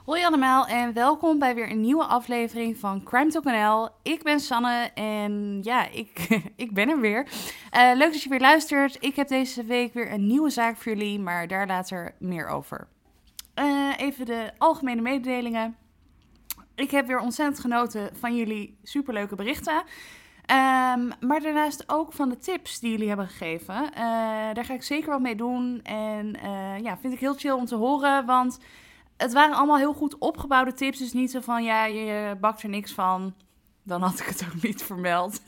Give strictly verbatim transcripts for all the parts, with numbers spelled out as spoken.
Hoi allemaal en welkom bij weer een nieuwe aflevering van Crime Talk N L. Ik ben Sanne en ja, ik, ik ben er weer. Uh, leuk dat je weer luistert. Ik heb deze week weer een nieuwe zaak voor jullie, maar daar later meer over. Uh, even de algemene mededelingen. Ik heb weer ontzettend genoten van jullie superleuke berichten. Um, maar daarnaast ook van de tips die jullie hebben gegeven. Uh, daar ga ik zeker wat mee doen. En uh, ja, vind ik heel chill om te horen, want het waren allemaal heel goed opgebouwde tips. Dus niet zo van, ja, je bakt er niks van. Dan had ik het ook niet vermeld.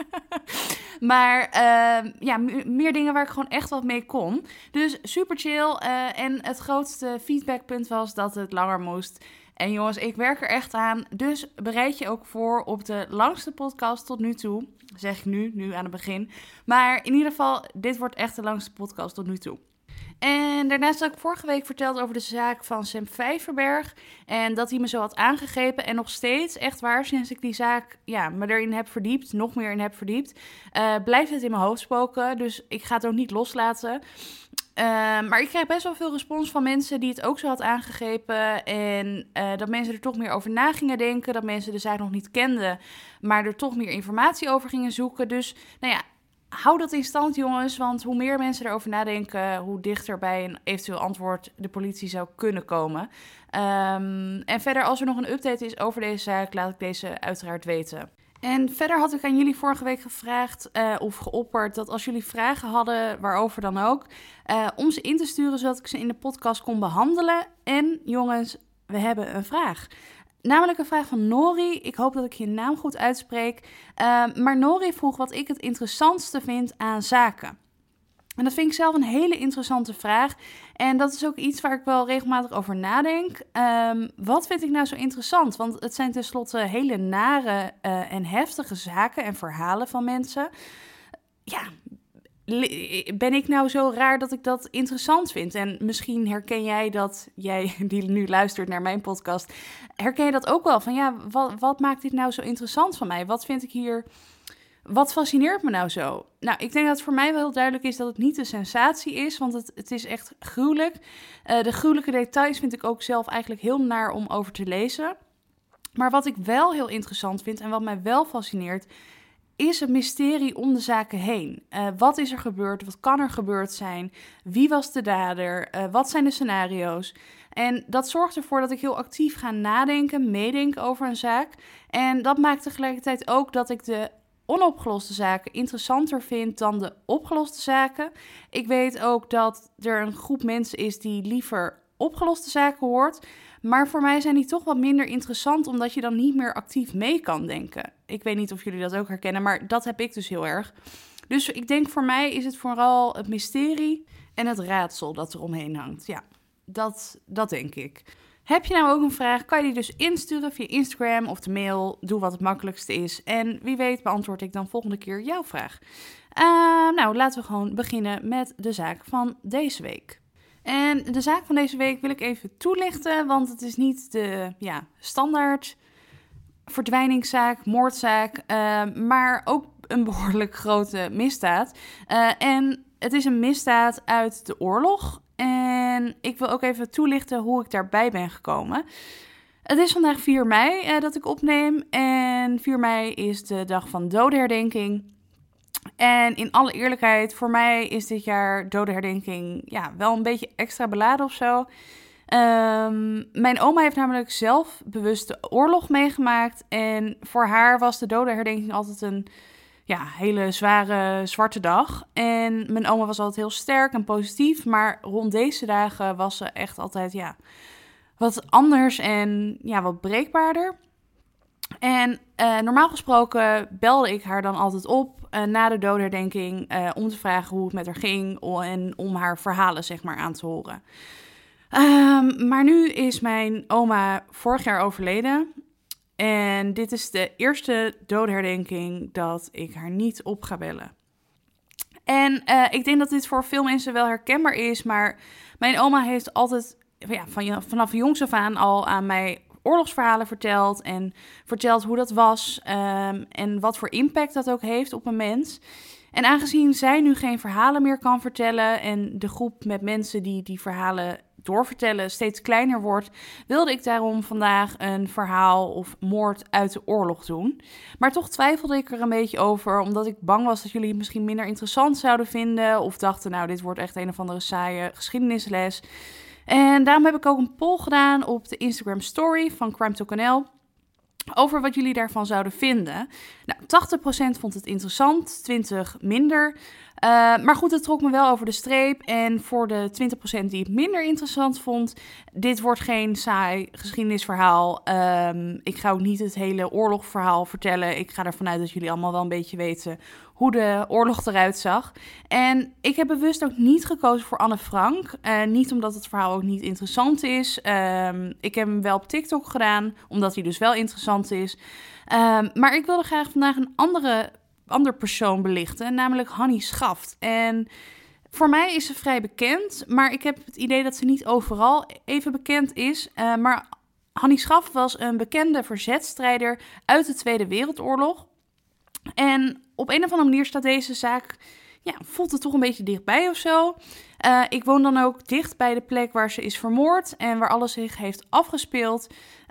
Maar uh, ja, m- meer dingen waar ik gewoon echt wat mee kon. Dus super chill. Uh, en het grootste feedbackpunt was dat het langer moest. En jongens, ik werk er echt aan. Dus bereid je ook voor op de langste podcast tot nu toe. Zeg ik nu, nu aan het begin. Maar in ieder geval, dit wordt echt de langste podcast tot nu toe. En daarnaast had ik vorige week verteld over de zaak van Sam Vijverberg. En dat hij me zo had aangegrepen. En nog steeds, echt waar, sinds ik die zaak ja, me erin heb verdiept, nog meer in heb verdiept, uh, blijft het in mijn hoofd spoken. Dus ik ga het ook niet loslaten. Uh, maar ik kreeg best wel veel respons van mensen die het ook zo had aangegrepen. En uh, dat mensen er toch meer over na gingen denken. Dat mensen de zaak nog niet kenden, maar er toch meer informatie over gingen zoeken. Dus nou ja, hou dat in stand, jongens, want hoe meer mensen erover nadenken, hoe dichter bij een eventueel antwoord de politie zou kunnen komen. Um, en verder, als er nog een update is over deze zaak, laat ik deze uiteraard weten. En verder had ik aan jullie vorige week gevraagd uh, of geopperd dat als jullie vragen hadden, waarover dan ook, uh, om ze in te sturen zodat ik ze in de podcast kon behandelen. En jongens, we hebben een vraag. Namelijk een vraag van Nori. Ik hoop dat ik je naam goed uitspreek. Uh, maar Nori vroeg wat ik het interessantste vind aan zaken. En dat vind ik zelf een hele interessante vraag. En dat is ook iets waar ik wel regelmatig over nadenk. Um, wat vind ik nou zo interessant? Want het zijn tenslotte hele nare uh, en heftige zaken en verhalen van mensen. Ja, ben ik nou zo raar dat ik dat interessant vind? En misschien herken jij dat, jij die nu luistert naar mijn podcast, herken je dat ook wel? Van ja, wat, wat maakt dit nou zo interessant van mij? Wat vind ik hier, wat fascineert me nou zo? Nou, ik denk dat het voor mij wel heel duidelijk is dat het niet de sensatie is, want het, het is echt gruwelijk. Uh, de gruwelijke details vind ik ook zelf eigenlijk heel naar om over te lezen. Maar wat ik wel heel interessant vind en wat mij wel fascineert, is het mysterie om de zaken heen. Uh, wat is er gebeurd? Wat kan er gebeurd zijn? Wie was de dader? Uh, wat zijn de scenario's? En dat zorgt ervoor dat ik heel actief ga nadenken, meedenken over een zaak. En dat maakt tegelijkertijd ook dat ik de onopgeloste zaken interessanter vind dan de opgeloste zaken. Ik weet ook dat er een groep mensen is die liever opgeloste zaken hoort. Maar voor mij zijn die toch wat minder interessant, omdat je dan niet meer actief mee kan denken. Ik weet niet of jullie dat ook herkennen, maar dat heb ik dus heel erg. Dus ik denk voor mij is het vooral het mysterie en het raadsel dat er omheen hangt. Ja, dat, dat denk ik. Heb je nou ook een vraag, kan je die dus insturen via Instagram of de mail. Doe wat het makkelijkste is. En wie weet beantwoord ik dan volgende keer jouw vraag. Uh, nou, laten we gewoon beginnen met de zaak van deze week. En de zaak van deze week wil ik even toelichten, want het is niet de ja, standaard verdwijningszaak, moordzaak, uh, maar ook een behoorlijk grote misdaad. Uh, en het is een misdaad uit de oorlog. En ik wil ook even toelichten hoe ik daarbij ben gekomen. Het is vandaag vier mei uh, dat ik opneem en vier mei is de dag van dodenherdenking. En in alle eerlijkheid, voor mij is dit jaar dodenherdenking ja, wel een beetje extra beladen of zo. Um, mijn oma heeft namelijk zelf bewust de oorlog meegemaakt. En voor haar was de dodenherdenking altijd een ja, hele zware, zwarte dag. En mijn oma was altijd heel sterk en positief. Maar rond deze dagen was ze echt altijd ja, wat anders en ja, wat breekbaarder. En uh, normaal gesproken belde ik haar dan altijd op uh, na de dodenherdenking uh, om te vragen hoe het met haar ging en om haar verhalen zeg maar aan te horen. Um, maar nu is mijn oma vorig jaar overleden en dit is de eerste dodenherdenking dat ik haar niet op ga bellen. En uh, ik denk dat dit voor veel mensen wel herkenbaar is, maar mijn oma heeft altijd ja, van, vanaf jongs af aan al aan mij oorlogsverhalen verteld en verteld hoe dat was um, en wat voor impact dat ook heeft op een mens. En aangezien zij nu geen verhalen meer kan vertellen en de groep met mensen die die verhalen doorvertellen steeds kleiner wordt, wilde ik daarom vandaag een verhaal of moord uit de oorlog doen. Maar toch twijfelde ik er een beetje over, omdat ik bang was dat jullie het misschien minder interessant zouden vinden of dachten, nou, dit wordt echt een of andere saaie geschiedenisles. En daarom heb ik ook een poll gedaan op de Instagram story van Crime Talk N L over wat jullie daarvan zouden vinden. Nou, tachtig procent vond het interessant, twintig procent minder. Uh, maar goed, het trok me wel over de streep. En voor de twintig procent die het minder interessant vond, dit wordt geen saai geschiedenisverhaal. Um, ik ga ook niet het hele oorlogverhaal vertellen. Ik ga ervan uit dat jullie allemaal wel een beetje weten hoe de oorlog eruit zag. En ik heb bewust ook niet gekozen voor Anne Frank. Uh, niet omdat het verhaal ook niet interessant is. Um, ik heb hem wel op TikTok gedaan, omdat hij dus wel interessant is. Um, maar ik wilde graag vandaag een andere, ander persoon belichten, namelijk Hannie Schaft. En voor mij is ze vrij bekend, maar ik heb het idee dat ze niet overal even bekend is. Uh, maar Hannie Schaft was een bekende verzetstrijder uit de Tweede Wereldoorlog. En op een of andere manier staat deze zaak, ja, voelt het toch een beetje dichtbij of zo. Uh, ik woon dan ook dicht bij de plek waar ze is vermoord en waar alles zich heeft afgespeeld.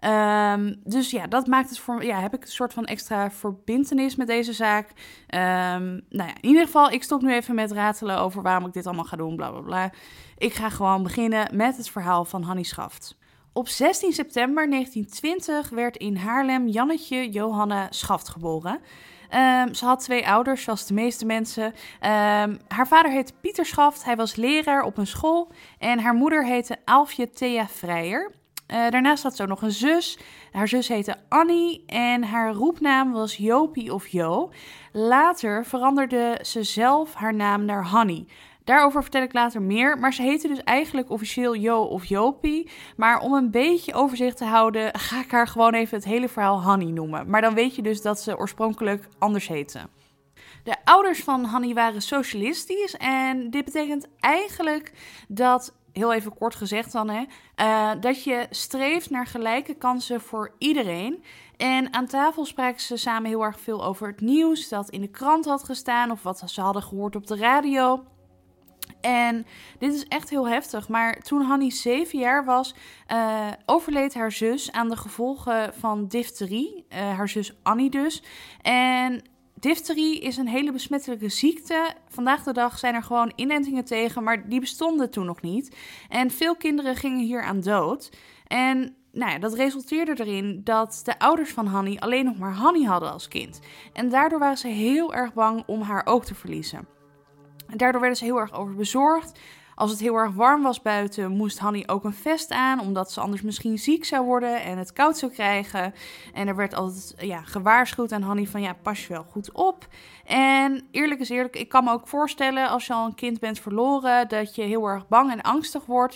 Um, dus ja, dat maakt het voor, ja, heb ik een soort van extra verbintenis met deze zaak. Um, nou ja, in ieder geval, ik stop nu even met ratelen over waarom ik dit allemaal ga doen, bla bla bla. Ik ga gewoon beginnen met het verhaal van Hannie Schaft. Op zestien september negentien twintig werd in Haarlem Jannetje Johanna Schaft geboren. Um, ze had twee ouders, zoals de meeste mensen. Um, haar vader heette Pieter Schaft, hij was leraar op een school. En haar moeder heette Aalfje Thea Vrijer. Uh, daarnaast had ze ook nog een zus. Haar zus heette Annie en haar roepnaam was Jopie of Jo. Later veranderde ze zelf haar naam naar Hannie. Daarover vertel ik later meer, maar ze heette dus eigenlijk officieel Jo of Jopie. Maar om een beetje overzicht te houden, ga ik haar gewoon even het hele verhaal Hannie noemen. Maar dan weet je dus dat ze oorspronkelijk anders heette. De ouders van Hannie waren socialistisch en dit betekent eigenlijk dat, heel even kort gezegd dan, hè, uh, dat je streeft naar gelijke kansen voor iedereen. En aan tafel spraken ze samen heel erg veel over het nieuws dat in de krant had gestaan of wat ze hadden gehoord op de radio. En dit is echt heel heftig, maar toen Hannie zeven jaar was, uh, overleed haar zus aan de gevolgen van difterie. Uh, haar zus Annie dus. En difterie is een hele besmettelijke ziekte. Vandaag de dag zijn er gewoon inentingen tegen, maar die bestonden toen nog niet. En veel kinderen gingen hier aan dood. En nou ja, dat resulteerde erin dat de ouders van Hannie alleen nog maar Hannie hadden als kind. En daardoor waren ze heel erg bang om haar ook te verliezen. En daardoor werden ze heel erg over bezorgd. Als het heel erg warm was buiten, moest Hannie ook een vest aan, omdat ze anders misschien ziek zou worden en het koud zou krijgen. En er werd altijd ja, gewaarschuwd aan Hannie van, ja, pas je wel goed op. En eerlijk is eerlijk, ik kan me ook voorstellen, als je al een kind bent verloren, dat je heel erg bang en angstig wordt.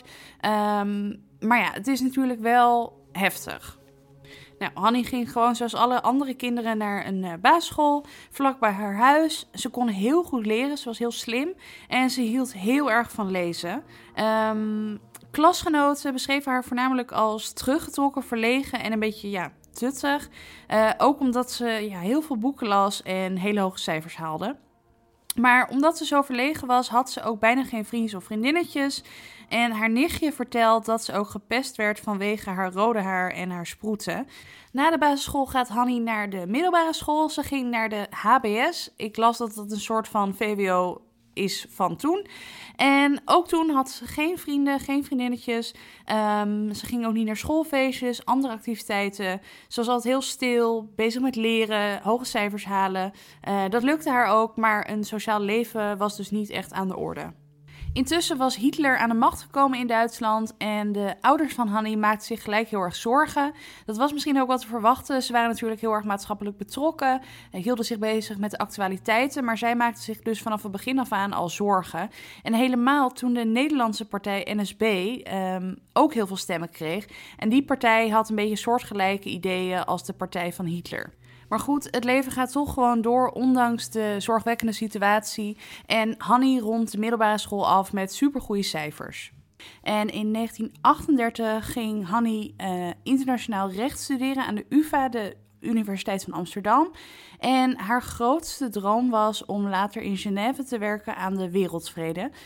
Um, maar ja, het is natuurlijk wel heftig. Nou, Hannie ging gewoon zoals alle andere kinderen naar een uh, basisschool vlak bij haar huis. Ze kon heel goed leren, ze was heel slim en ze hield heel erg van lezen. Um, klasgenoten beschreven haar voornamelijk als teruggetrokken, verlegen en een beetje ja, tuttig. Uh, ook omdat ze ja, heel veel boeken las en hele hoge cijfers haalde. Maar omdat ze zo verlegen was, had ze ook bijna geen vriendjes of vriendinnetjes. En haar nichtje vertelt dat ze ook gepest werd vanwege haar rode haar en haar sproeten. Na de basisschool gaat Hannie naar de middelbare school. Ze ging naar de H B S. Ik las dat dat een soort van V W O is van toen. En ook toen had ze geen vrienden, geen vriendinnetjes. Um, ze ging ook niet naar schoolfeestjes, andere activiteiten. Ze was altijd heel stil, bezig met leren, hoge cijfers halen. Uh, dat lukte haar ook, maar een sociaal leven was dus niet echt aan de orde. Intussen was Hitler aan de macht gekomen in Duitsland en de ouders van Hannie maakten zich gelijk heel erg zorgen. Dat was misschien ook wat te verwachten. Ze waren natuurlijk heel erg maatschappelijk betrokken, hielden zich bezig met de actualiteiten, maar zij maakten zich dus vanaf het begin af aan al zorgen. En helemaal toen de Nederlandse partij N S B um, ook heel veel stemmen kreeg. En die partij had een beetje soortgelijke ideeën als de partij van Hitler. Maar goed, het leven gaat toch gewoon door, ondanks de zorgwekkende situatie. En Hannie rondt de middelbare school af met supergoeie cijfers. En in negentien achtendertig ging Hannie uh, internationaal recht studeren aan de U vA, de Universiteit van Amsterdam. En haar grootste droom was om later in Genève te werken aan de wereldvrede.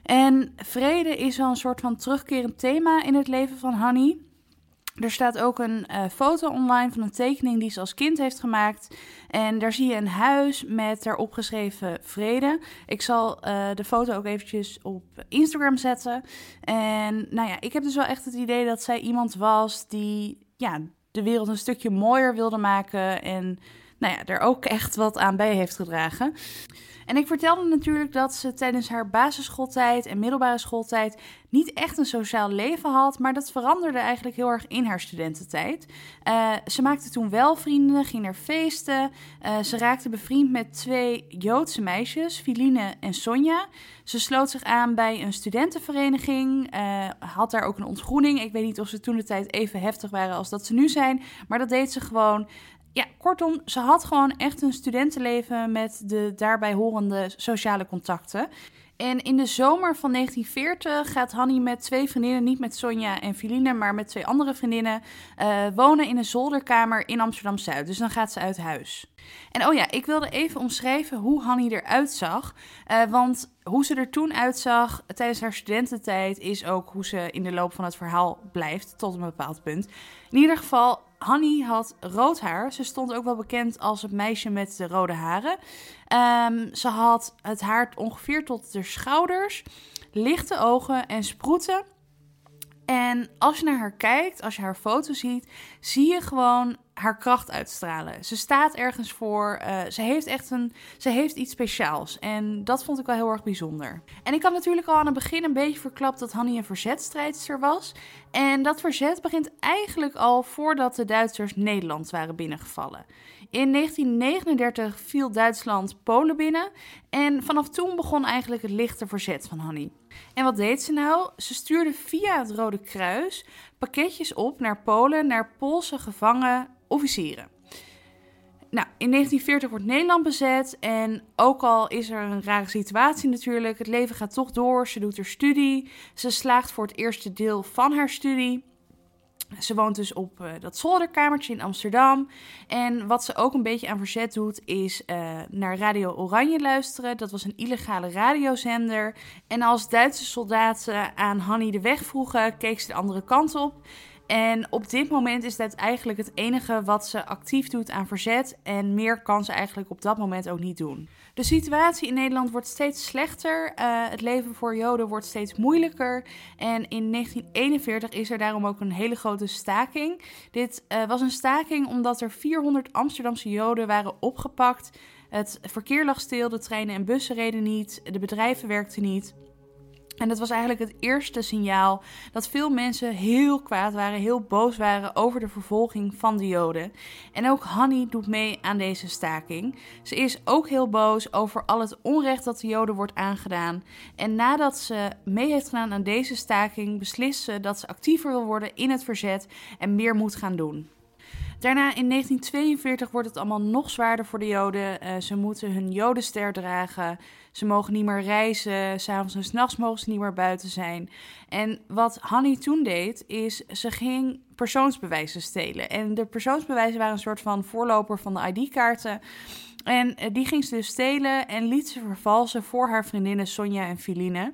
En vrede is wel een soort van terugkerend thema in het leven van Honey. Er staat ook een uh, foto online van een tekening die ze als kind heeft gemaakt. En daar zie je een huis met daarop geschreven vrede. Ik zal uh, de foto ook eventjes op Instagram zetten. En nou ja, ik heb dus wel echt het idee dat zij iemand was die ja, de wereld een stukje mooier wilde maken. En nou ja, er ook echt wat aan bij heeft gedragen. En ik vertelde natuurlijk dat ze tijdens haar basisschooltijd en middelbare schooltijd niet echt een sociaal leven had, maar dat veranderde eigenlijk heel erg in haar studententijd. Uh, ze maakte toen wel vrienden, ging naar feesten. Uh, ze raakte bevriend met twee Joodse meisjes, Filine en Sonja. Ze sloot zich aan bij een studentenvereniging, uh, had daar ook een ontgroening. Ik weet niet of ze toen de tijd even heftig waren als dat ze nu zijn, maar dat deed ze gewoon. Ja, kortom, ze had gewoon echt een studentenleven met de daarbij horende sociale contacten. En in de zomer van negentien veertig gaat Honey met twee vriendinnen, niet met Sonja en Filine, maar met twee andere vriendinnen, uh, wonen in een zolderkamer in Amsterdam-Zuid. Dus dan gaat ze uit huis. En oh ja, ik wilde even omschrijven hoe Honey eruit zag. Uh, want hoe ze er toen uitzag tijdens haar studententijd is ook hoe ze in de loop van het verhaal blijft tot een bepaald punt. In ieder geval, Honey had rood haar. Ze stond ook wel bekend als het meisje met de rode haren. Um, ze had het haar ongeveer tot de schouders, lichte ogen en sproeten. En als je naar haar kijkt, als je haar foto ziet, zie je gewoon haar kracht uitstralen. Ze staat ergens voor. Uh, ze heeft echt een, ze heeft iets speciaals. En dat vond ik wel heel erg bijzonder. En ik had natuurlijk al aan het begin een beetje verklapt dat Honey een verzetstrijdster was. En dat verzet begint eigenlijk al voordat de Duitsers Nederland waren binnengevallen. In negentien negenendertig viel Duitsland Polen binnen. En vanaf toen begon eigenlijk het lichte verzet van Honey. En wat deed ze nou? Ze stuurde via het Rode Kruis pakketjes op naar Polen, naar Poolse gevangen officieren. Nou, in negentien veertig wordt Nederland bezet en ook al is er een rare situatie natuurlijk, het leven gaat toch door. Ze doet haar studie, ze slaagt voor het eerste deel van haar studie. Ze woont dus op uh, dat zolderkamertje in Amsterdam. En wat ze ook een beetje aan verzet doet, is uh, naar Radio Oranje luisteren. Dat was een illegale radiozender. En als Duitse soldaten aan Honey de weg vroegen, keek ze de andere kant op. En op dit moment is dat eigenlijk het enige wat ze actief doet aan verzet. En meer kan ze eigenlijk op dat moment ook niet doen. De situatie in Nederland wordt steeds slechter. Uh, het leven voor Joden wordt steeds moeilijker. En in negentien eenenveertig is er daarom ook een hele grote staking. Dit uh, was een staking omdat er vierhonderd Amsterdamse Joden waren opgepakt. Het verkeer lag stil, de treinen en bussen reden niet, de bedrijven werkten niet. En dat was eigenlijk het eerste signaal dat veel mensen heel kwaad waren, heel boos waren over de vervolging van de Joden. En ook Honey doet mee aan deze staking. Ze is ook heel boos over al het onrecht dat de Joden wordt aangedaan. En nadat ze mee heeft gedaan aan deze staking, beslist ze dat ze actiever wil worden in het verzet en meer moet gaan doen. Daarna in negentien tweeënveertig wordt het allemaal nog zwaarder voor de Joden. Uh, ze moeten hun Jodenster dragen. Ze mogen niet meer reizen. 's Avonds en 's nachts mogen ze niet meer buiten zijn. En wat Honey toen deed, is ze ging persoonsbewijzen stelen. En de persoonsbewijzen waren een soort van voorloper van de I D-kaarten. En uh, die ging ze dus stelen en liet ze vervalsen voor haar vriendinnen Sonja en Filine.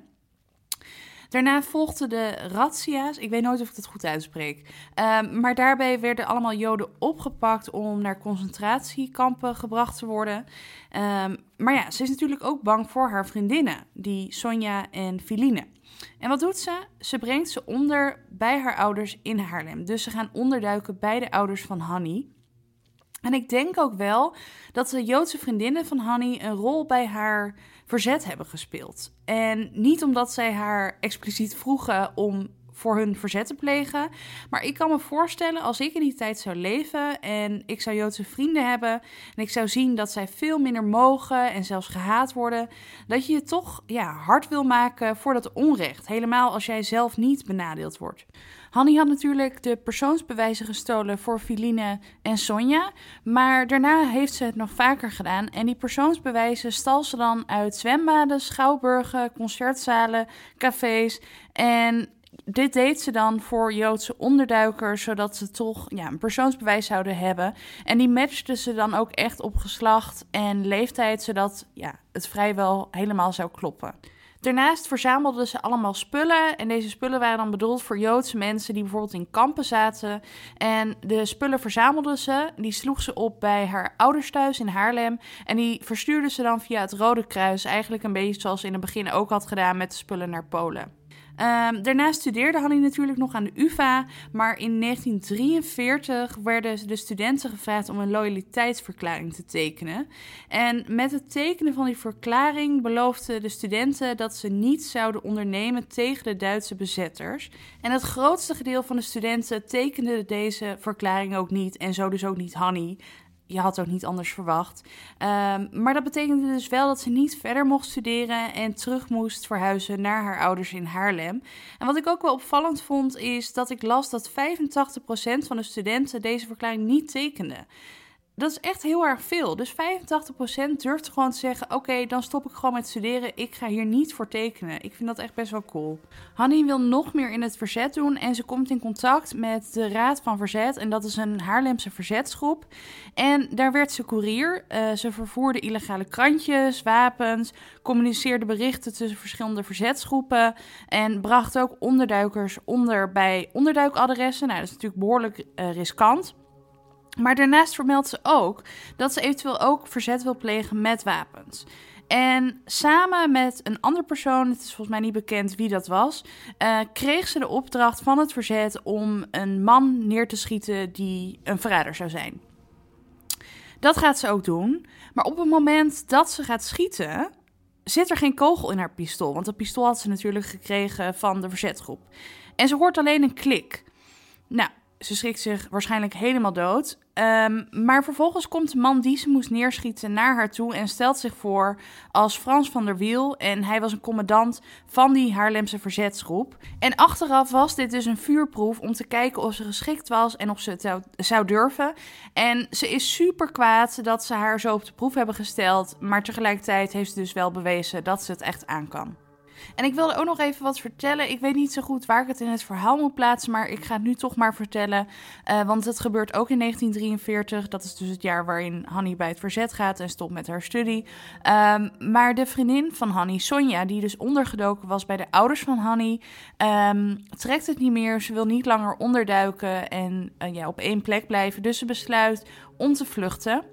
Daarna volgden de razzia's. Ik weet nooit of ik het goed uitspreek. Um, maar daarbij werden allemaal Joden opgepakt om naar concentratiekampen gebracht te worden. Um, maar ja, ze is natuurlijk ook bang voor haar vriendinnen, die Sonja en Filine. En wat doet ze? Ze brengt ze onder bij haar ouders in Haarlem. Dus ze gaan onderduiken bij de ouders van Honey. En ik denk ook wel dat de Joodse vriendinnen van Honey een rol bij haar verzet hebben gespeeld. En niet omdat zij haar expliciet vroegen om voor hun verzet te plegen. Maar ik kan me voorstellen, als ik in die tijd zou leven en ik zou Joodse vrienden hebben en ik zou zien dat zij veel minder mogen en zelfs gehaat worden, dat je je toch ja, hard wil maken voor dat onrecht. Helemaal als jij zelf niet benadeeld wordt. Honey had natuurlijk de persoonsbewijzen gestolen voor Filine en Sonja, maar daarna heeft ze het nog vaker gedaan. En die persoonsbewijzen stal ze dan uit zwembaden, schouwburgen, concertzalen, cafés. En dit deed ze dan voor Joodse onderduikers, zodat ze toch ja, een persoonsbewijs zouden hebben. En die matchte ze dan ook echt op geslacht en leeftijd, zodat ja, het vrijwel helemaal zou kloppen. Daarnaast verzamelden ze allemaal spullen en deze spullen waren dan bedoeld voor Joodse mensen die bijvoorbeeld in kampen zaten. En de spullen verzamelden ze, die sloeg ze op bij haar ouders thuis in Haarlem en die verstuurde ze dan via het Rode Kruis, eigenlijk een beetje zoals ze in het begin ook had gedaan met de spullen naar Polen. Um, daarna studeerde Hannie natuurlijk nog aan de U vA, maar in negentien drieënveertig werden de studenten gevraagd om een loyaliteitsverklaring te tekenen. En met het tekenen van die verklaring beloofden de studenten dat ze niets zouden ondernemen tegen de Duitse bezetters. En het grootste gedeelte van de studenten tekende deze verklaring ook niet en zo dus ook niet Hannie. Je had ook niet anders verwacht. Um, maar dat betekende dus wel dat ze niet verder mocht studeren en terug moest verhuizen naar haar ouders in Haarlem. En wat ik ook wel opvallend vond is dat ik las dat vijfentachtig procent van de studenten deze verklaring niet tekende. Dat is echt heel erg veel. Dus vijfentachtig procent durft gewoon te zeggen, oké, okay, dan stop ik gewoon met studeren. Ik ga hier niet voor tekenen. Ik vind dat echt best wel cool. Hannie wil nog meer in het verzet doen en ze komt in contact met de Raad van Verzet. En dat is een Haarlemse verzetsgroep. En daar werd ze koerier. Uh, ze vervoerde illegale krantjes, wapens, communiceerde berichten tussen verschillende verzetsgroepen. En bracht ook onderduikers onder bij onderduikadressen. Nou, dat is natuurlijk behoorlijk uh, riskant. Maar daarnaast vermeldt ze ook dat ze eventueel ook verzet wil plegen met wapens. En samen met een andere persoon, het is volgens mij niet bekend wie dat was, uh, kreeg ze de opdracht van het verzet om een man neer te schieten die een verrader zou zijn. Dat gaat ze ook doen, maar op het moment dat ze gaat schieten, zit er geen kogel in haar pistool. Want dat pistool had ze natuurlijk gekregen van de verzetgroep. En ze hoort alleen een klik. Nou, ze schrikt zich waarschijnlijk helemaal dood. Um, maar vervolgens komt de man die ze moest neerschieten naar haar toe en stelt zich voor als Frans van der Wiel. En hij was een commandant van die Haarlemse verzetsgroep. En achteraf was dit dus een vuurproef om te kijken of ze geschikt was en of ze het zou, zou durven. En ze is super kwaad dat ze haar zo op de proef hebben gesteld. Maar tegelijkertijd heeft ze dus wel bewezen dat ze het echt aan kan. En ik wilde ook nog even wat vertellen. Ik weet niet zo goed waar ik het in het verhaal moet plaatsen, maar ik ga het nu toch maar vertellen. Uh, want het gebeurt ook in negentien drieënveertig. Dat is dus het jaar waarin Hannie bij het verzet gaat en stopt met haar studie. Um, maar de vriendin van Hannie, Sonja, die dus ondergedoken was bij de ouders van Hannie, um, trekt het niet meer. Ze wil niet langer onderduiken en uh, ja, op één plek blijven. Dus ze besluit om te vluchten.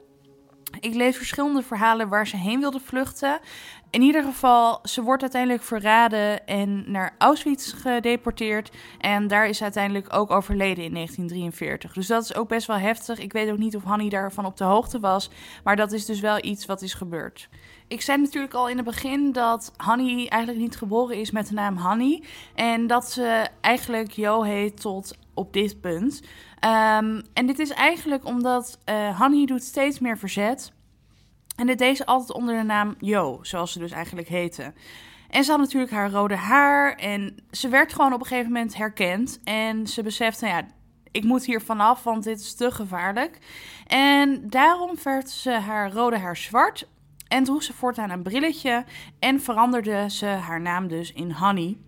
Ik lees verschillende verhalen waar ze heen wilde vluchten. In ieder geval, ze wordt uiteindelijk verraden en naar Auschwitz gedeporteerd. En daar is ze uiteindelijk ook overleden in negentien drieënveertig. Dus dat is ook best wel heftig. Ik weet ook niet of Hannie daarvan op de hoogte was. Maar dat is dus wel iets wat is gebeurd. Ik zei natuurlijk al in het begin dat Hannie eigenlijk niet geboren is met de naam Hannie. En dat ze eigenlijk Jo heet tot op dit punt. Um, en dit is eigenlijk omdat uh, Hannie doet steeds meer verzet. En dit deed ze altijd onder de naam Jo, zoals ze dus eigenlijk heette. En ze had natuurlijk haar rode haar en ze werd gewoon op een gegeven moment herkend. En ze besefte, nou ja, ik moet hier vanaf, want dit is te gevaarlijk. En daarom verfde ze haar rode haar zwart en droeg ze voortaan een brilletje en veranderde ze haar naam dus in Hannie.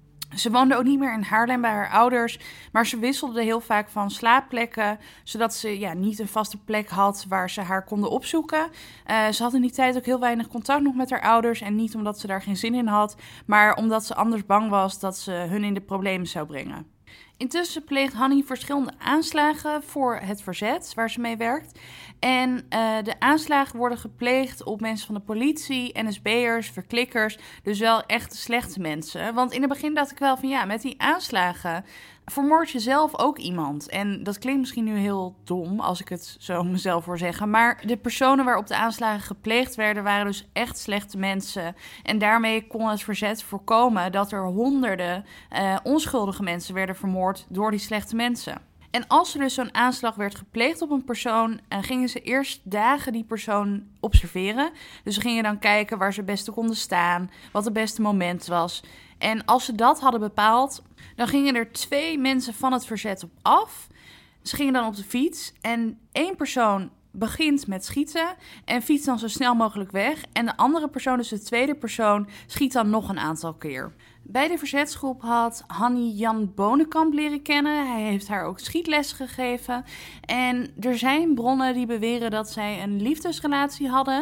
Ze woonde ook niet meer in Haarlem bij haar ouders, maar ze wisselde heel vaak van slaapplekken, zodat ze ja, niet een vaste plek had waar ze haar konden opzoeken. Uh, ze had in die tijd ook heel weinig contact nog met haar ouders en niet omdat ze daar geen zin in had, maar omdat ze anders bang was dat ze hun in de problemen zou brengen. Intussen pleegt Hannie verschillende aanslagen voor het verzet waar ze mee werkt. En uh, de aanslagen worden gepleegd op mensen van de politie, N S B'ers, verklikkers. Dus wel echt slechte mensen. Want in het begin dacht ik wel van ja, met die aanslagen vermoord je zelf ook iemand. En dat klinkt misschien nu heel dom als ik het zo mezelf hoor zeggen. Maar de personen waarop de aanslagen gepleegd werden waren dus echt slechte mensen. En daarmee kon het verzet voorkomen dat er honderden uh, onschuldige mensen werden vermoord door die slechte mensen. En als er dus zo'n aanslag werd gepleegd op een persoon, uh, gingen ze eerst dagen die persoon observeren. Dus ze gingen dan kijken waar ze het beste konden staan, wat het beste moment was. En als ze dat hadden bepaald, dan gingen er twee mensen van het verzet op af. Ze gingen dan op de fiets en één persoon begint met schieten en fietst dan zo snel mogelijk weg. En de andere persoon, dus de tweede persoon, schiet dan nog een aantal keer. Bij de verzetsgroep had Hanni Jan Bonenkamp leren kennen. Hij heeft haar ook schietles gegeven. En er zijn bronnen die beweren dat zij een liefdesrelatie hadden.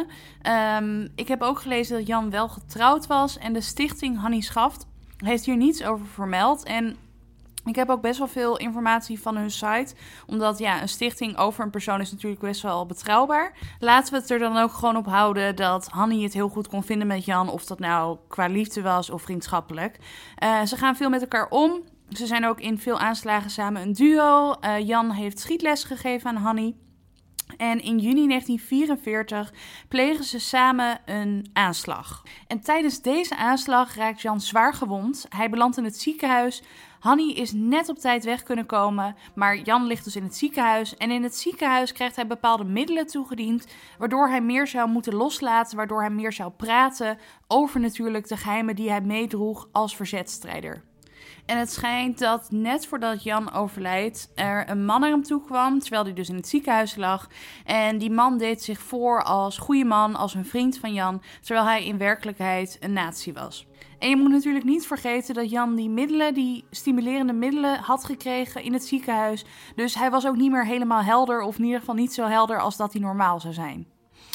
Um, ik heb ook gelezen dat Jan wel getrouwd was. En de stichting Hannie Schaft heeft hier niets over vermeld. En ik heb ook best wel veel informatie van hun site. Omdat ja, een stichting over een persoon is natuurlijk best wel betrouwbaar. Laten we het er dan ook gewoon op houden dat Hanni het heel goed kon vinden met Jan. Of dat nou qua liefde was of vriendschappelijk. Uh, ze gaan veel met elkaar om. Ze zijn ook in veel aanslagen samen een duo. Uh, Jan heeft schietles gegeven aan Hanni. En in juni negentien vierenveertig plegen ze samen een aanslag. En tijdens deze aanslag raakt Jan zwaar gewond. Hij belandt in het ziekenhuis. Hanni is net op tijd weg kunnen komen, maar Jan ligt dus in het ziekenhuis. En in het ziekenhuis krijgt hij bepaalde middelen toegediend, waardoor hij meer zou moeten loslaten, waardoor hij meer zou praten over natuurlijk de geheimen die hij meedroeg als verzetstrijder. En het schijnt dat net voordat Jan overlijdt er een man naar hem toe kwam, terwijl hij dus in het ziekenhuis lag. En die man deed zich voor als goede man, als een vriend van Jan, terwijl hij in werkelijkheid een nazi was. En je moet natuurlijk niet vergeten dat Jan die middelen, die stimulerende middelen had gekregen in het ziekenhuis. Dus hij was ook niet meer helemaal helder, of in ieder geval niet zo helder als dat hij normaal zou zijn.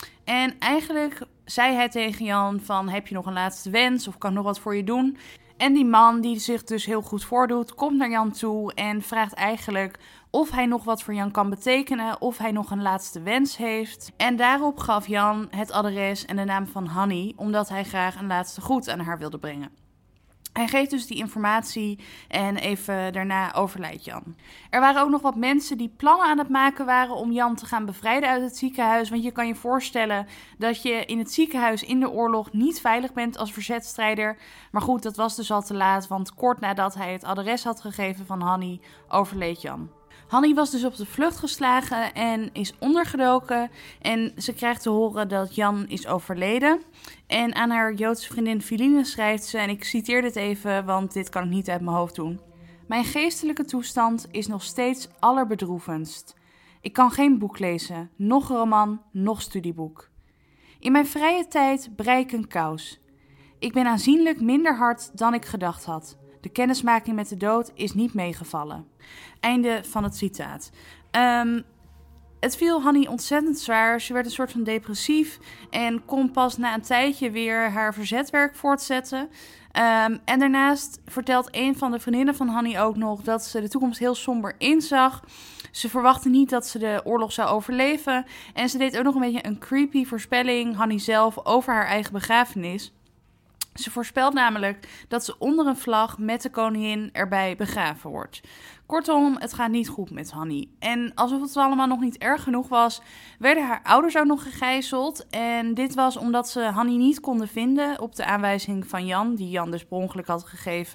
En eigenlijk zei hij tegen Jan van, heb je nog een laatste wens of kan ik nog wat voor je doen? En die man, die zich dus heel goed voordoet, komt naar Jan toe en vraagt eigenlijk of hij nog wat voor Jan kan betekenen, of hij nog een laatste wens heeft. En daarop gaf Jan het adres en de naam van Hanni, omdat hij graag een laatste groet aan haar wilde brengen. Hij geeft dus die informatie en even daarna overlijdt Jan. Er waren ook nog wat mensen die plannen aan het maken waren om Jan te gaan bevrijden uit het ziekenhuis. Want je kan je voorstellen dat je in het ziekenhuis in de oorlog niet veilig bent als verzetstrijder. Maar goed, dat was dus al te laat, want kort nadat hij het adres had gegeven van Hanni, overleed Jan. Hanni was dus op de vlucht geslagen en is ondergedoken. En ze krijgt te horen dat Jan is overleden. En aan haar Joodse vriendin Filine schrijft ze, en ik citeer dit even, want dit kan ik niet uit mijn hoofd doen. Mijn geestelijke toestand is nog steeds allerbedroevendst. Ik kan geen boek lezen, noch roman, noch studieboek. In mijn vrije tijd brei ik een kous. Ik ben aanzienlijk minder hard dan ik gedacht had. De kennismaking met de dood is niet meegevallen. Einde van het citaat. Um, het viel Hanni ontzettend zwaar. Ze werd een soort van depressief en kon pas na een tijdje weer haar verzetwerk voortzetten. Um, en daarnaast vertelt een van de vriendinnen van Hanni ook nog dat ze de toekomst heel somber inzag. Ze verwachtte niet dat ze de oorlog zou overleven. En ze deed ook nog een beetje een creepy voorspelling, Hanni zelf, over haar eigen begrafenis. Ze voorspelt namelijk dat ze onder een vlag met de koningin erbij begraven wordt. Kortom, het gaat niet goed met Hanni. En alsof het allemaal nog niet erg genoeg was, werden haar ouders ook nog gegijzeld. En dit was omdat ze Hanni niet konden vinden op de aanwijzing van Jan, die Jan dus per ongeluk had gegeven.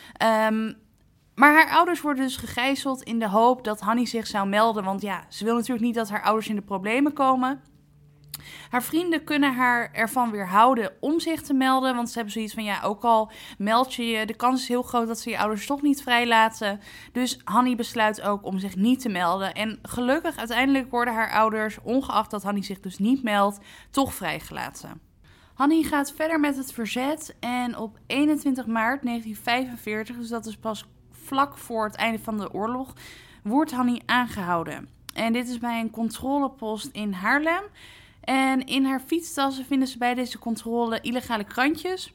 Um, maar haar ouders worden dus gegijzeld in de hoop dat Hanni zich zou melden. Want ja, ze wil natuurlijk niet dat haar ouders in de problemen komen. Haar vrienden kunnen haar ervan weerhouden om zich te melden. Want ze hebben zoiets van, ja, ook al meld je je, de kans is heel groot dat ze je ouders toch niet vrijlaten. Dus Hanni besluit ook om zich niet te melden. En gelukkig uiteindelijk worden haar ouders, ongeacht dat Hanni zich dus niet meldt, toch vrijgelaten. Hanni gaat verder met het verzet en op eenentwintig maart negentien vijfenveertig, dus dat is pas vlak voor het einde van de oorlog, wordt Hanni aangehouden. En dit is bij een controlepost in Haarlem. En in haar fietstassen vinden ze bij deze controle illegale krantjes.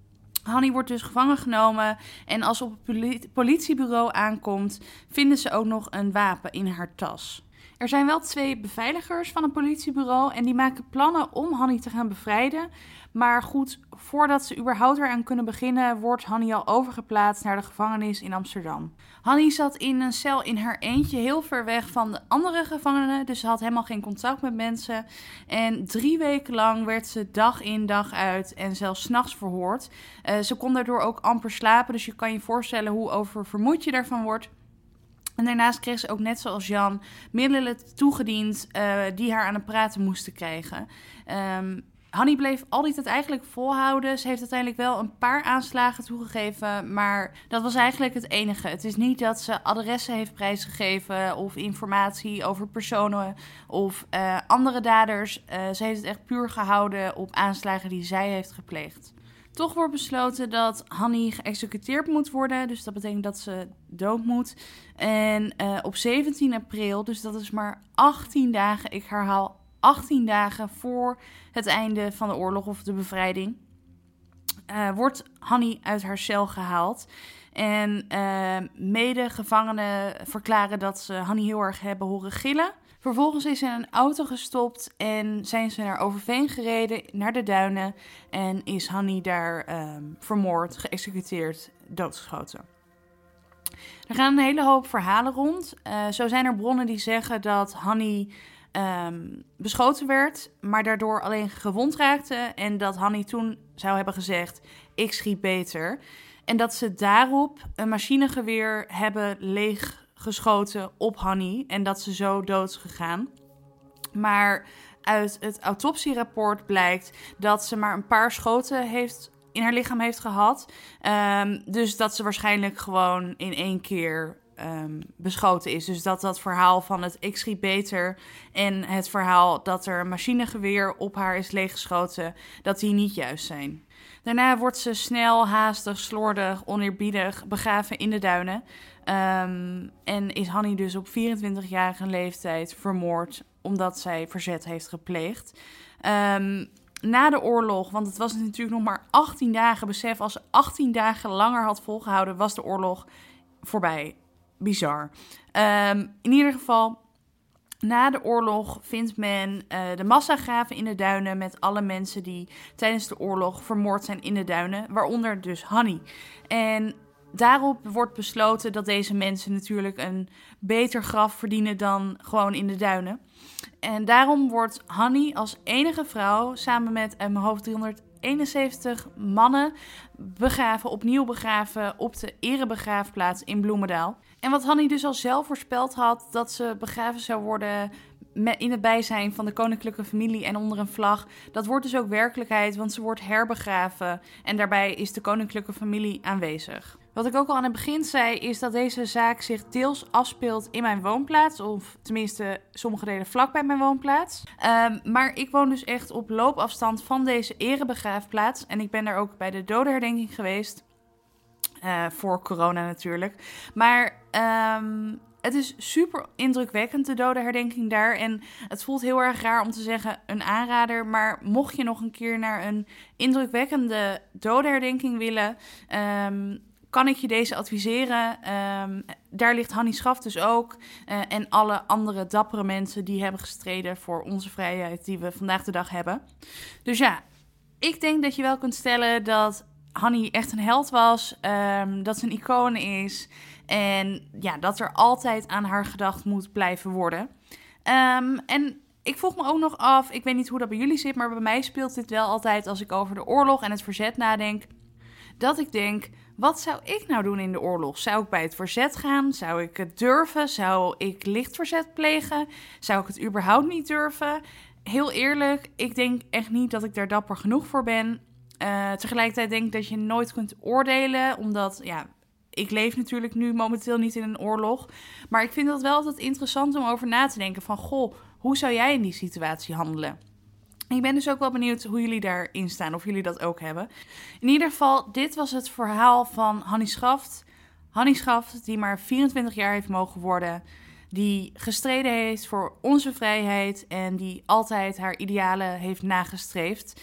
Hanni wordt dus gevangen genomen en als ze op het politiebureau aankomt, vinden ze ook nog een wapen in haar tas. Er zijn wel twee beveiligers van een politiebureau en die maken plannen om Hanni te gaan bevrijden. Maar goed, voordat ze überhaupt eraan kunnen beginnen, wordt Hanni al overgeplaatst naar de gevangenis in Amsterdam. Hanni zat in een cel in haar eentje, heel ver weg van de andere gevangenen, dus ze had helemaal geen contact met mensen. En drie weken lang werd ze dag in dag uit en zelfs 's nachts verhoord. Uh, ze kon daardoor ook amper slapen, dus je kan je voorstellen hoe oververmoeid je daarvan wordt. En daarnaast kreeg ze ook net zoals Jan middelen toegediend uh, die haar aan het praten moesten krijgen. Um, Hanni bleef al die tijd eigenlijk volhouden. Ze heeft uiteindelijk wel een paar aanslagen toegegeven, maar dat was eigenlijk het enige. Het is niet dat ze adressen heeft prijsgegeven of informatie over personen of uh, andere daders. Uh, ze heeft het echt puur gehouden op aanslagen die zij heeft gepleegd. Toch wordt besloten dat Hanni geëxecuteerd moet worden. Dus dat betekent dat ze dood moet. En uh, op zeventien april, dus dat is maar achttien dagen, ik herhaal achttien dagen voor het einde van de oorlog of de bevrijding, uh, wordt Hanni uit haar cel gehaald. En uh, medegevangenen verklaren dat ze Hanni heel erg hebben horen gillen. Vervolgens is ze in een auto gestopt en zijn ze naar Overveen gereden, naar de duinen. En is Hanni daar um, vermoord, geëxecuteerd, doodgeschoten. Er gaan een hele hoop verhalen rond. Uh, zo zijn er bronnen die zeggen dat Hanni um, beschoten werd, maar daardoor alleen gewond raakte. En dat Hanni toen zou hebben gezegd, ik schiet beter. En dat ze daarop een machinegeweer hebben leeggeschoten op Hanni en dat ze zo dood is gegaan. Maar uit het autopsierapport blijkt dat ze maar een paar schoten heeft, in haar lichaam heeft gehad. Um, dus dat ze waarschijnlijk gewoon in één keer um, beschoten is. Dus dat dat verhaal van het ik schiet beter en het verhaal dat er een machinegeweer op haar is leeggeschoten, dat die niet juist zijn. Daarna wordt ze snel, haastig, slordig, oneerbiedig begraven in de duinen. Um, en is Hanni dus op vierentwintigjarige leeftijd vermoord omdat zij verzet heeft gepleegd. Um, na de oorlog, want het was natuurlijk nog maar achttien dagen, besef, als ze achttien dagen langer had volgehouden, was de oorlog voorbij. Bizar. Um, in ieder geval, na de oorlog vindt men uh, de massagraven in de duinen met alle mensen die tijdens de oorlog vermoord zijn in de duinen, waaronder dus Hanni. En daarop wordt besloten dat deze mensen natuurlijk een beter graf verdienen dan gewoon in de duinen. En daarom wordt Hanni als enige vrouw samen met in mijn hoofd driehonderdeenenzeventig mannen begraven, opnieuw begraven op de erebegraafplaats in Bloemendaal. En wat Hanni dus al zelf voorspeld had, dat ze begraven zou worden in het bijzijn van de koninklijke familie en onder een vlag, dat wordt dus ook werkelijkheid, want ze wordt herbegraven en daarbij is de koninklijke familie aanwezig. Wat ik ook al aan het begin zei, is dat deze zaak zich deels afspeelt in mijn woonplaats, of tenminste sommige delen vlakbij mijn woonplaats. Um, maar ik woon dus echt op loopafstand van deze erebegraafplaats en ik ben daar ook bij de dodenherdenking geweest. Uh, voor corona natuurlijk. Maar um, het is super indrukwekkend, de dodenherdenking daar. En het voelt heel erg raar om te zeggen een aanrader. Maar mocht je nog een keer naar een indrukwekkende dodenherdenking willen, Um, kan ik je deze adviseren. Um, daar ligt Hanni Schaft dus ook. Uh, en alle andere dappere mensen die hebben gestreden voor onze vrijheid die we vandaag de dag hebben. Dus ja, ik denk dat je wel kunt stellen dat Hanni echt een held was. Um, dat ze een icoon is. En ja, dat er altijd aan haar gedacht moet blijven worden. Um, en ik vroeg me ook nog af, ik weet niet hoe dat bij jullie zit, maar bij mij speelt dit wel altijd als ik over de oorlog en het verzet nadenk. Dat ik denk, wat zou ik nou doen in de oorlog? Zou ik bij het verzet gaan? Zou ik het durven? Zou ik licht verzet plegen? Zou ik het überhaupt niet durven? Heel eerlijk, ik denk echt niet dat ik daar dapper genoeg voor ben. Uh, tegelijkertijd denk ik dat je nooit kunt oordelen, omdat, ja, ik leef natuurlijk nu momenteel niet in een oorlog. Maar ik vind dat wel altijd interessant om over na te denken van, goh, hoe zou jij in die situatie handelen? Ik ben dus ook wel benieuwd hoe jullie daarin staan, of jullie dat ook hebben. In ieder geval, dit was het verhaal van Hanni Schaft. Hanni Schaft, die maar vierentwintig jaar heeft mogen worden, die gestreden heeft voor onze vrijheid en die altijd haar idealen heeft nagestreefd.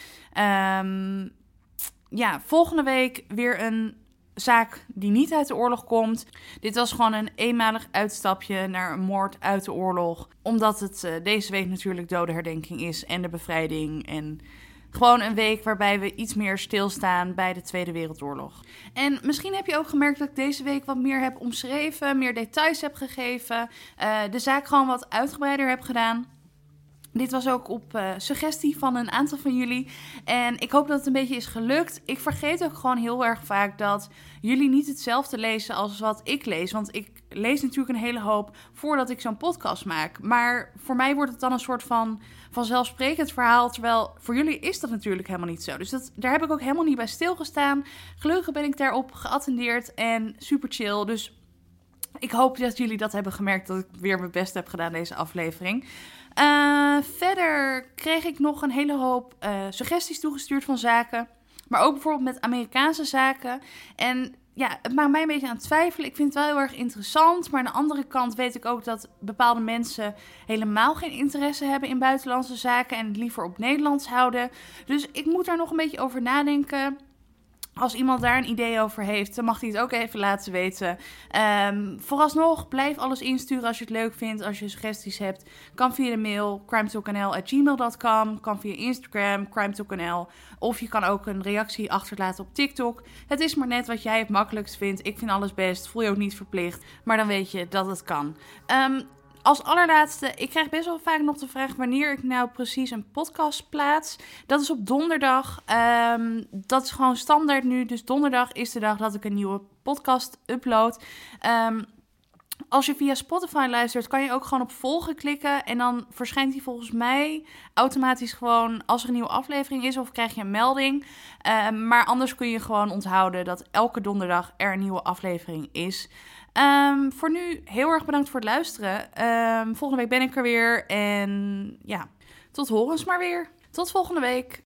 Um, ja, volgende week weer een zaak die niet uit de oorlog komt. Dit was gewoon een eenmalig uitstapje naar een moord uit de oorlog. Omdat het uh, deze week natuurlijk dodenherdenking is en de bevrijding. En gewoon een week waarbij we iets meer stilstaan bij de Tweede Wereldoorlog. En misschien heb je ook gemerkt dat ik deze week wat meer heb omschreven, meer details heb gegeven. Uh, de zaak gewoon wat uitgebreider heb gedaan. Dit was ook op uh, suggestie van een aantal van jullie. En ik hoop dat het een beetje is gelukt. Ik vergeet ook gewoon heel erg vaak dat jullie niet hetzelfde lezen als wat ik lees. Want ik lees natuurlijk een hele hoop voordat ik zo'n podcast maak. Maar voor mij wordt het dan een soort van vanzelfsprekend verhaal. Terwijl voor jullie is dat natuurlijk helemaal niet zo. Dus dat, daar heb ik ook helemaal niet bij stilgestaan. Gelukkig ben ik daarop geattendeerd en super chill. Dus ik hoop dat jullie dat hebben gemerkt, dat ik weer mijn best heb gedaan deze aflevering. Uh, verder kreeg ik nog een hele hoop uh, suggesties toegestuurd van zaken. Maar ook bijvoorbeeld met Amerikaanse zaken. En ja, het maakt mij een beetje aan het twijfelen. Ik vind het wel heel erg interessant. Maar aan de andere kant weet ik ook dat bepaalde mensen helemaal geen interesse hebben in buitenlandse zaken. En het liever op Nederlands houden. Dus ik moet daar nog een beetje over nadenken. Als iemand daar een idee over heeft, dan mag hij het ook even laten weten. Um, vooralsnog, blijf alles insturen als je het leuk vindt. Als je suggesties hebt, kan via de mail crimetalknl at gmail dot com. Kan via Instagram, crimetalknl. Of je kan ook een reactie achterlaten op TikTok. Het is maar net wat jij het makkelijkst vindt. Ik vind alles best, voel je ook niet verplicht. Maar dan weet je dat het kan. Um, Als allerlaatste, ik krijg best wel vaak nog de vraag wanneer ik nou precies een podcast plaats. Dat is op donderdag. Um, dat is gewoon standaard nu. Dus donderdag is de dag dat ik een nieuwe podcast upload. Um, als je via Spotify luistert, kan je ook gewoon op volgen klikken. En dan verschijnt die volgens mij automatisch gewoon als er een nieuwe aflevering is. Of krijg je een melding. Um, maar anders kun je gewoon onthouden dat elke donderdag er een nieuwe aflevering is. Um, voor nu heel erg bedankt voor het luisteren. Um, volgende week ben ik er weer. En ja, tot horens maar weer. Tot volgende week.